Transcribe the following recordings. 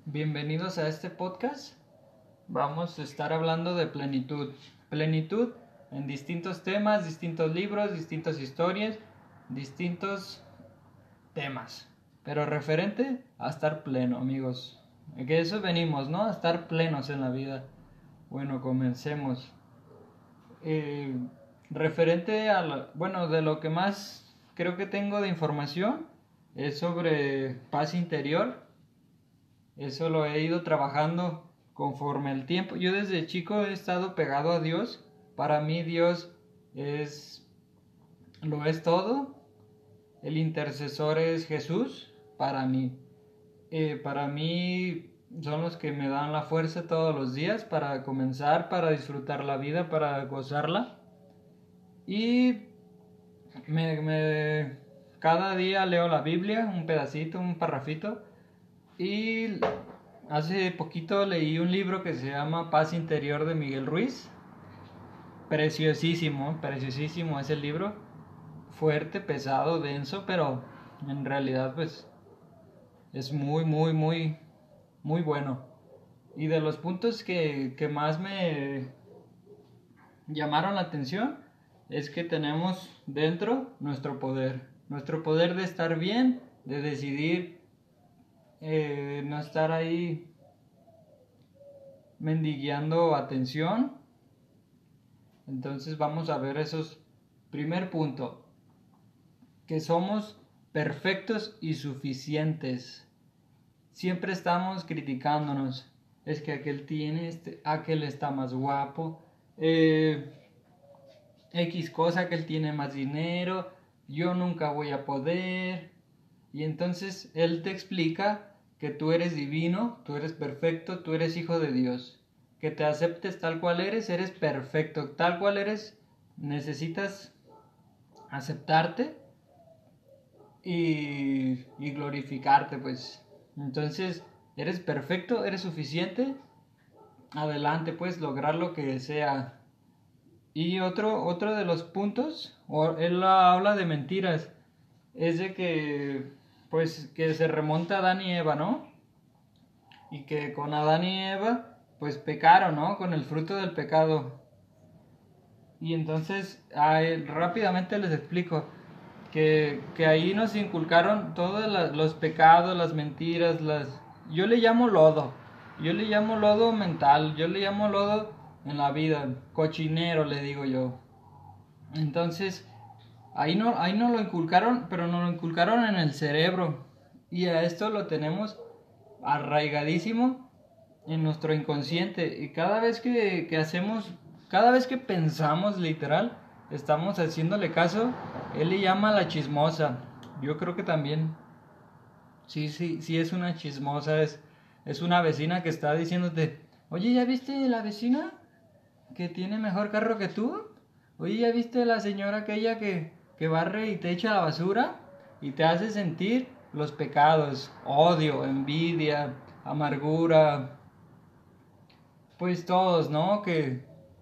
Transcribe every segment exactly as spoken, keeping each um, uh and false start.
Bienvenidos a este podcast. Vamos a estar hablando de plenitud. Plenitud en distintos temas, distintos libros, distintas historias, distintos temas. Pero referente a estar pleno, amigos. Que eso venimos, ¿no? A estar plenos en la vida. Bueno, comencemos. Eh, referente a, la, bueno, de lo que más creo que tengo de información es sobre paz interior. Eso lo he ido trabajando conforme el tiempo. Yo desde chico he estado pegado a Dios. Para mí Dios es lo es todo. El intercesor es Jesús para mí. Eh, para mí son los que me dan la fuerza todos los días para comenzar, para disfrutar la vida, para gozarla. Y me, me, cada día leo la Biblia, un pedacito, un parrafito. Y hace poquito leí un libro que se llama Paz Interior de Miguel Ruiz. Preciosísimo, preciosísimo es el libro. Fuerte, pesado, denso, pero en realidad pues es muy, muy, muy, muy bueno. Y de los puntos que, que más me llamaron la atención es que tenemos dentro nuestro poder. Nuestro poder de estar bien, de decidir eh, no estar ahí mendigueando atención. Entonces vamos a ver esos. Primer punto, que somos perfectos y suficientes. Siempre estamos criticándonos. Es que aquel tiene, este, aquel está más guapo. Eh, X cosa, que él tiene más dinero. Yo nunca voy a poder. Y entonces él te explica que tú eres divino, tú eres perfecto, tú eres hijo de Dios. Que te aceptes tal cual eres, eres perfecto. Tal cual eres, necesitas aceptarte y, y glorificarte, pues. Entonces, eres perfecto, eres suficiente. Adelante, pues, lograr lo que sea. Y otro, otro de los puntos, él habla de mentiras, es de que, pues, que se remonta a Adán y Eva, ¿no? Y que con Adán y Eva, pues, pecaron, ¿no? Con el fruto del pecado. Y entonces, ahí, rápidamente les explico que, que ahí nos inculcaron todos la, los pecados, las mentiras, las... Yo le llamo lodo, yo le llamo lodo mental, yo le llamo lodo en la vida, cochinero le digo yo. Entonces, ahí no, ahí no lo inculcaron, pero nos lo inculcaron en el cerebro. Y a esto lo tenemos arraigadísimo en nuestro inconsciente. Y cada vez que, que hacemos, cada vez que pensamos literal, estamos haciéndole caso. Él le llama la chismosa. Yo creo que también. Sí, sí, sí es una chismosa. Es, es una vecina que está diciéndote: oye, ¿ya viste la vecina que tiene mejor carro que tú? Oye, ¿ya viste la señora aquella que, que barre y te echa la basura? Y te hace sentir los pecados: odio, envidia, amargura. Pues todos, ¿no? Que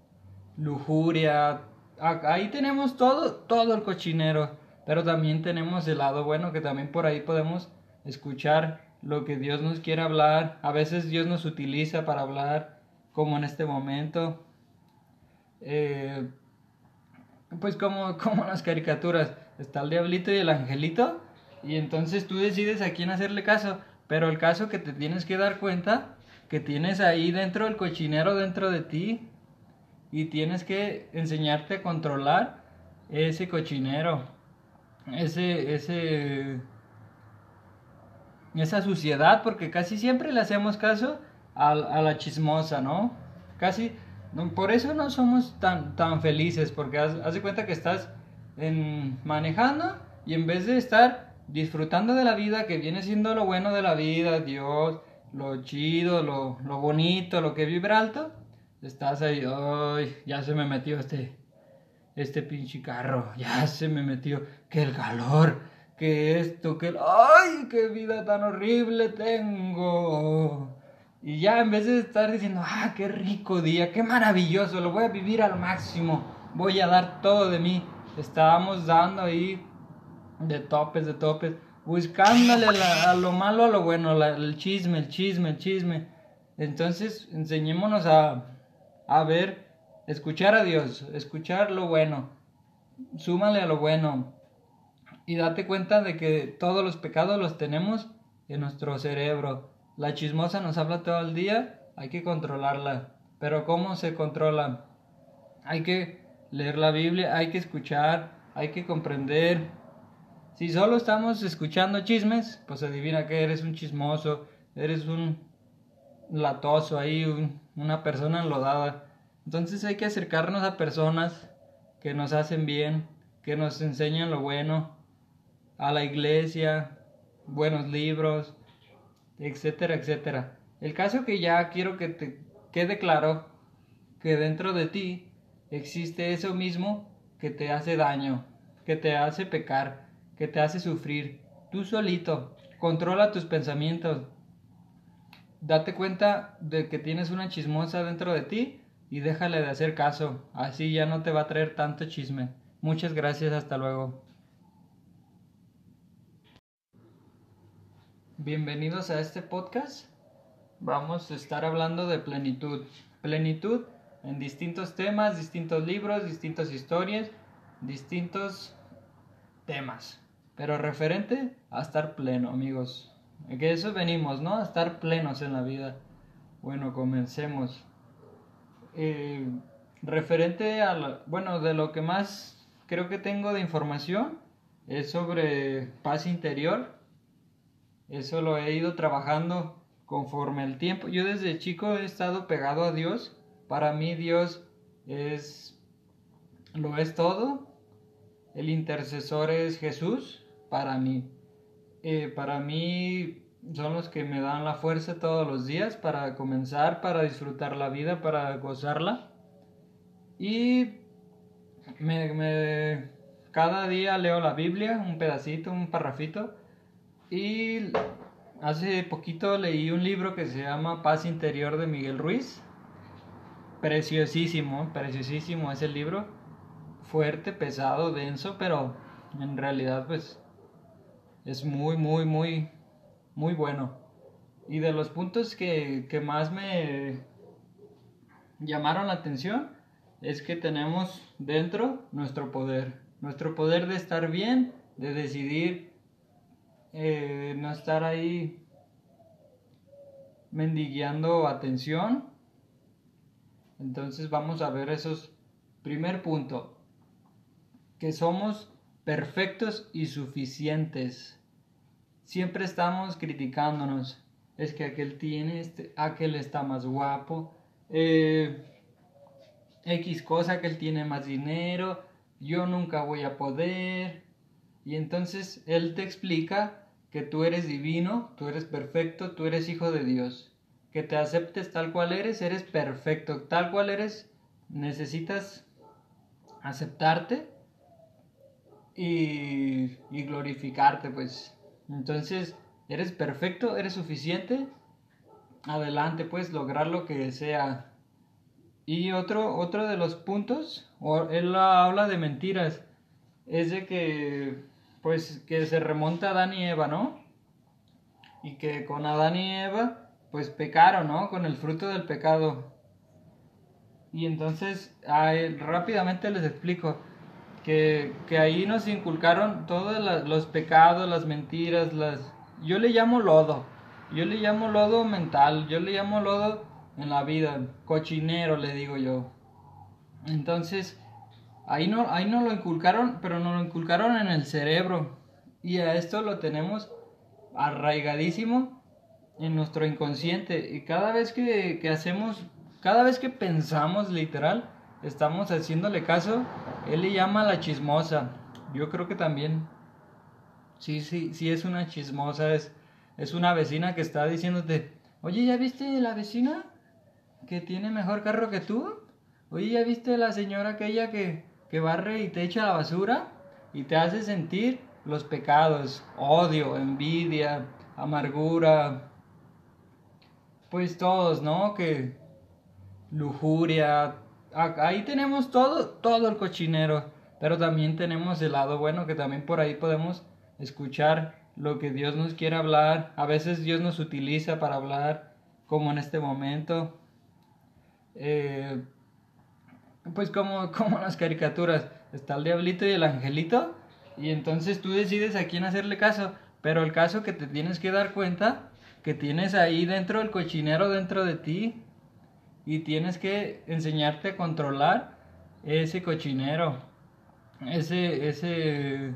lujuria. Ahí tenemos todo, todo el cochinero. Pero también tenemos el lado bueno, que también por ahí podemos escuchar lo que Dios nos quiere hablar. A veces Dios nos utiliza para hablar, como en este momento. Eh, pues como, como en las caricaturas, está el diablito y el angelito. Y entonces tú decides a quién hacerle caso. Pero el caso que te tienes que dar cuenta que tienes ahí dentro el cochinero dentro de ti. Y tienes que enseñarte a controlar ese cochinero, ese, ese, esa suciedad, porque casi siempre le hacemos caso a, a la chismosa, ¿no? Casi, no, por eso no somos tan, tan felices, porque haz, haz de cuenta que estás en, manejando y en vez de estar disfrutando de la vida, que viene siendo lo bueno de la vida, Dios, lo chido, lo, lo bonito, lo que vibra alto, estás ahí: ay, ya se me metió este, este pinche carro, ya se me metió, que el calor, que esto, que el... ¡ay, qué vida tan horrible tengo! Y ya en vez de estar diciendo: ¡ah, qué rico día, qué maravilloso, lo voy a vivir al máximo, voy a dar todo de mí! Estábamos dando ahí de topes, de topes. buscándole a, la- a lo malo, a lo bueno, la- el chisme, el chisme, el chisme. Entonces, enseñémonos a, a ver, escuchar a Dios, escuchar lo bueno, súmale a lo bueno y date cuenta de que todos los pecados los tenemos en nuestro cerebro. La chismosa nos habla todo el día, hay que controlarla. Pero ¿cómo se controla? Hay que leer la Biblia, hay que escuchar, hay que comprender. Si solo estamos escuchando chismes, pues adivina que eres un chismoso, eres un latoso ahí, un- una persona enlodada. Entonces hay que acercarnos a personas que nos hacen bien, que nos enseñan lo bueno, a la iglesia, buenos libros, etcétera, etcétera. El caso que ya quiero que te quede claro que dentro de ti existe eso mismo que te hace daño, que te hace pecar, que te hace sufrir. Tú solito, controla tus pensamientos. Date cuenta de que tienes una chismosa dentro de ti y déjale de hacer caso. Así ya no te va a traer tanto chisme. Muchas gracias, hasta luego. Bienvenidos a este podcast. Vamos a estar hablando de plenitud. Plenitud en distintos temas, distintos libros, distintas historias, distintos temas. Pero referente a estar pleno, amigos. Que eso venimos, ¿no? A estar plenos en la vida. Bueno, comencemos. Eh, referente a la- bueno, de lo que más creo que tengo de información es sobre paz interior. Eso lo he ido trabajando conforme el tiempo. Yo desde chico he estado pegado a Dios. Para mí Dios es lo es todo. El intercesor es Jesús para mí. Eh, para mí son los que me dan la fuerza todos los días para comenzar, para disfrutar la vida, para gozarla. Y me, me- cada día leo la Biblia, un pedacito, un parrafito. Y hace poquito leí un libro que se llama Paz Interior de Miguel Ruiz. Preciosísimo, preciosísimo es el libro. Fuerte, pesado, denso, pero en realidad pues es muy, muy, muy, muy bueno. Y de los puntos que, que más me llamaron la atención es que tenemos dentro nuestro poder. Nuestro poder de estar bien, de decidir eh, no estar ahí mendigueando atención. Entonces vamos a ver esos. Primer punto, que somos perfectos y suficientes. Siempre estamos criticándonos. Es que aquel tiene, este, aquel está más guapo. Eh, X cosa, que él tiene más dinero. Yo nunca voy a poder. Y entonces él te explica que tú eres divino, tú eres perfecto, tú eres hijo de Dios. Que te aceptes tal cual eres, eres perfecto. Tal cual eres, necesitas aceptarte y, y glorificarte, pues. Entonces, eres perfecto, eres suficiente. Adelante, puedes lograr lo que sea. Y otro, otro de los puntos, o él habla de mentiras, es de que, pues, que se remonta a Adán y Eva, ¿no? Y que con Adán y Eva, pues pecaron, ¿no? Con el fruto del pecado. Y entonces, ahí, rápidamente les explico que, que ahí nos inculcaron todos la- los pecados, las mentiras, las... Yo le llamo lodo, yo le llamo lodo mental, yo le llamo lodo en la vida, cochinero le digo yo. Entonces, ahí no, ahí no lo inculcaron, pero nos lo inculcaron en el cerebro. Y a esto lo tenemos arraigadísimo en nuestro inconsciente. Y cada vez que, que hacemos, cada vez que pensamos literal, estamos haciéndole caso. Él le llama la chismosa. Yo creo que también, sí, sí, sí es una chismosa. Es, es una vecina que está diciéndote, oye, ¿ya viste la vecina que tiene mejor carro que tú? Oye, ¿ya viste la señora aquella que, que barre y te echa la basura? Y te hace sentir los pecados, odio, envidia, amargura, pues todos, ¿no? Que lujuria, ahí tenemos todo, todo el cochinero, pero también tenemos el lado bueno que también por ahí podemos escuchar lo que Dios nos quiere hablar. A veces Dios nos utiliza para hablar, como en este momento. Eh, pues como, como en las caricaturas, está el diablito y el angelito, y entonces tú decides a quién hacerle caso. Pero el caso que te tienes que dar cuenta que tienes ahí dentro el cochinero dentro de ti, y tienes que enseñarte a controlar ese cochinero, ese, ese,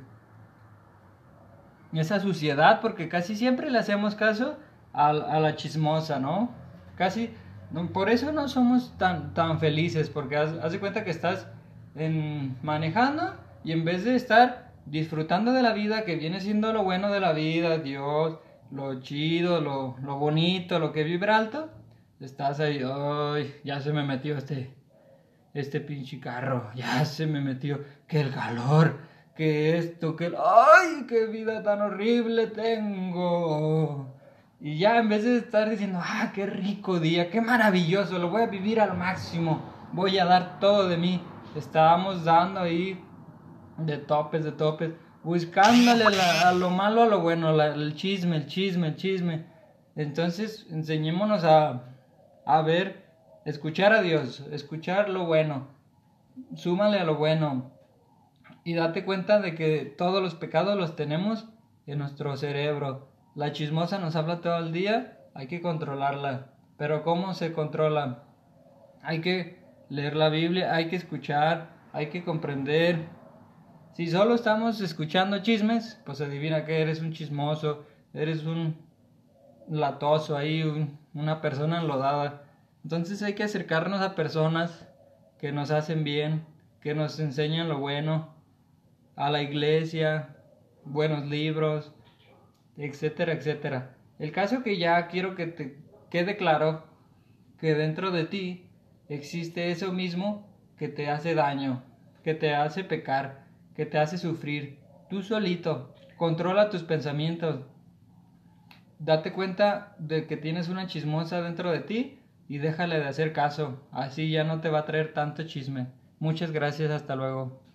esa suciedad, porque casi siempre le hacemos caso a, a la chismosa, ¿no? Casi, no, por eso no somos tan, tan felices, porque haz, haz de cuenta que estás en, manejando, y en vez de estar disfrutando de la vida, que viene siendo lo bueno de la vida, Dios, lo chido, lo, lo bonito, lo que vibra alto, estás ahí, ay, ya se me metió este, este pinche carro, ya se me metió, que el calor, que esto, que el, ay, qué vida tan horrible tengo. Y ya en vez de estar diciendo, ah, qué rico día, qué maravilloso, lo voy a vivir al máximo, voy a dar todo de mí, estábamos dando ahí de topes, de topes, buscándole a, la, a lo malo, a lo bueno, la, el chisme, el chisme, el chisme. Entonces, enseñémonos a, a ver, escuchar a Dios, escuchar lo bueno, súmale a lo bueno, y date cuenta de que todos los pecados los tenemos en nuestro cerebro. La chismosa nos habla todo el día, hay que controlarla. Pero ¿cómo se controla? Hay que leer la Biblia, hay que escuchar, hay que comprender. Si solo estamos escuchando chismes, pues adivina que eres un chismoso, eres un latoso ahí, un, una persona enlodada. Entonces hay que acercarnos a personas que nos hacen bien, que nos enseñan lo bueno, a la iglesia, buenos libros, etcétera, etcétera. El caso que ya quiero que te quede claro que dentro de ti existe eso mismo que te hace daño, que te hace pecar, que te hace sufrir. Tú solito, controla tus pensamientos. Date cuenta de que tienes una chismosa dentro de ti y déjale de hacer caso. Así ya no te va a traer tanto chisme. Muchas gracias, hasta luego.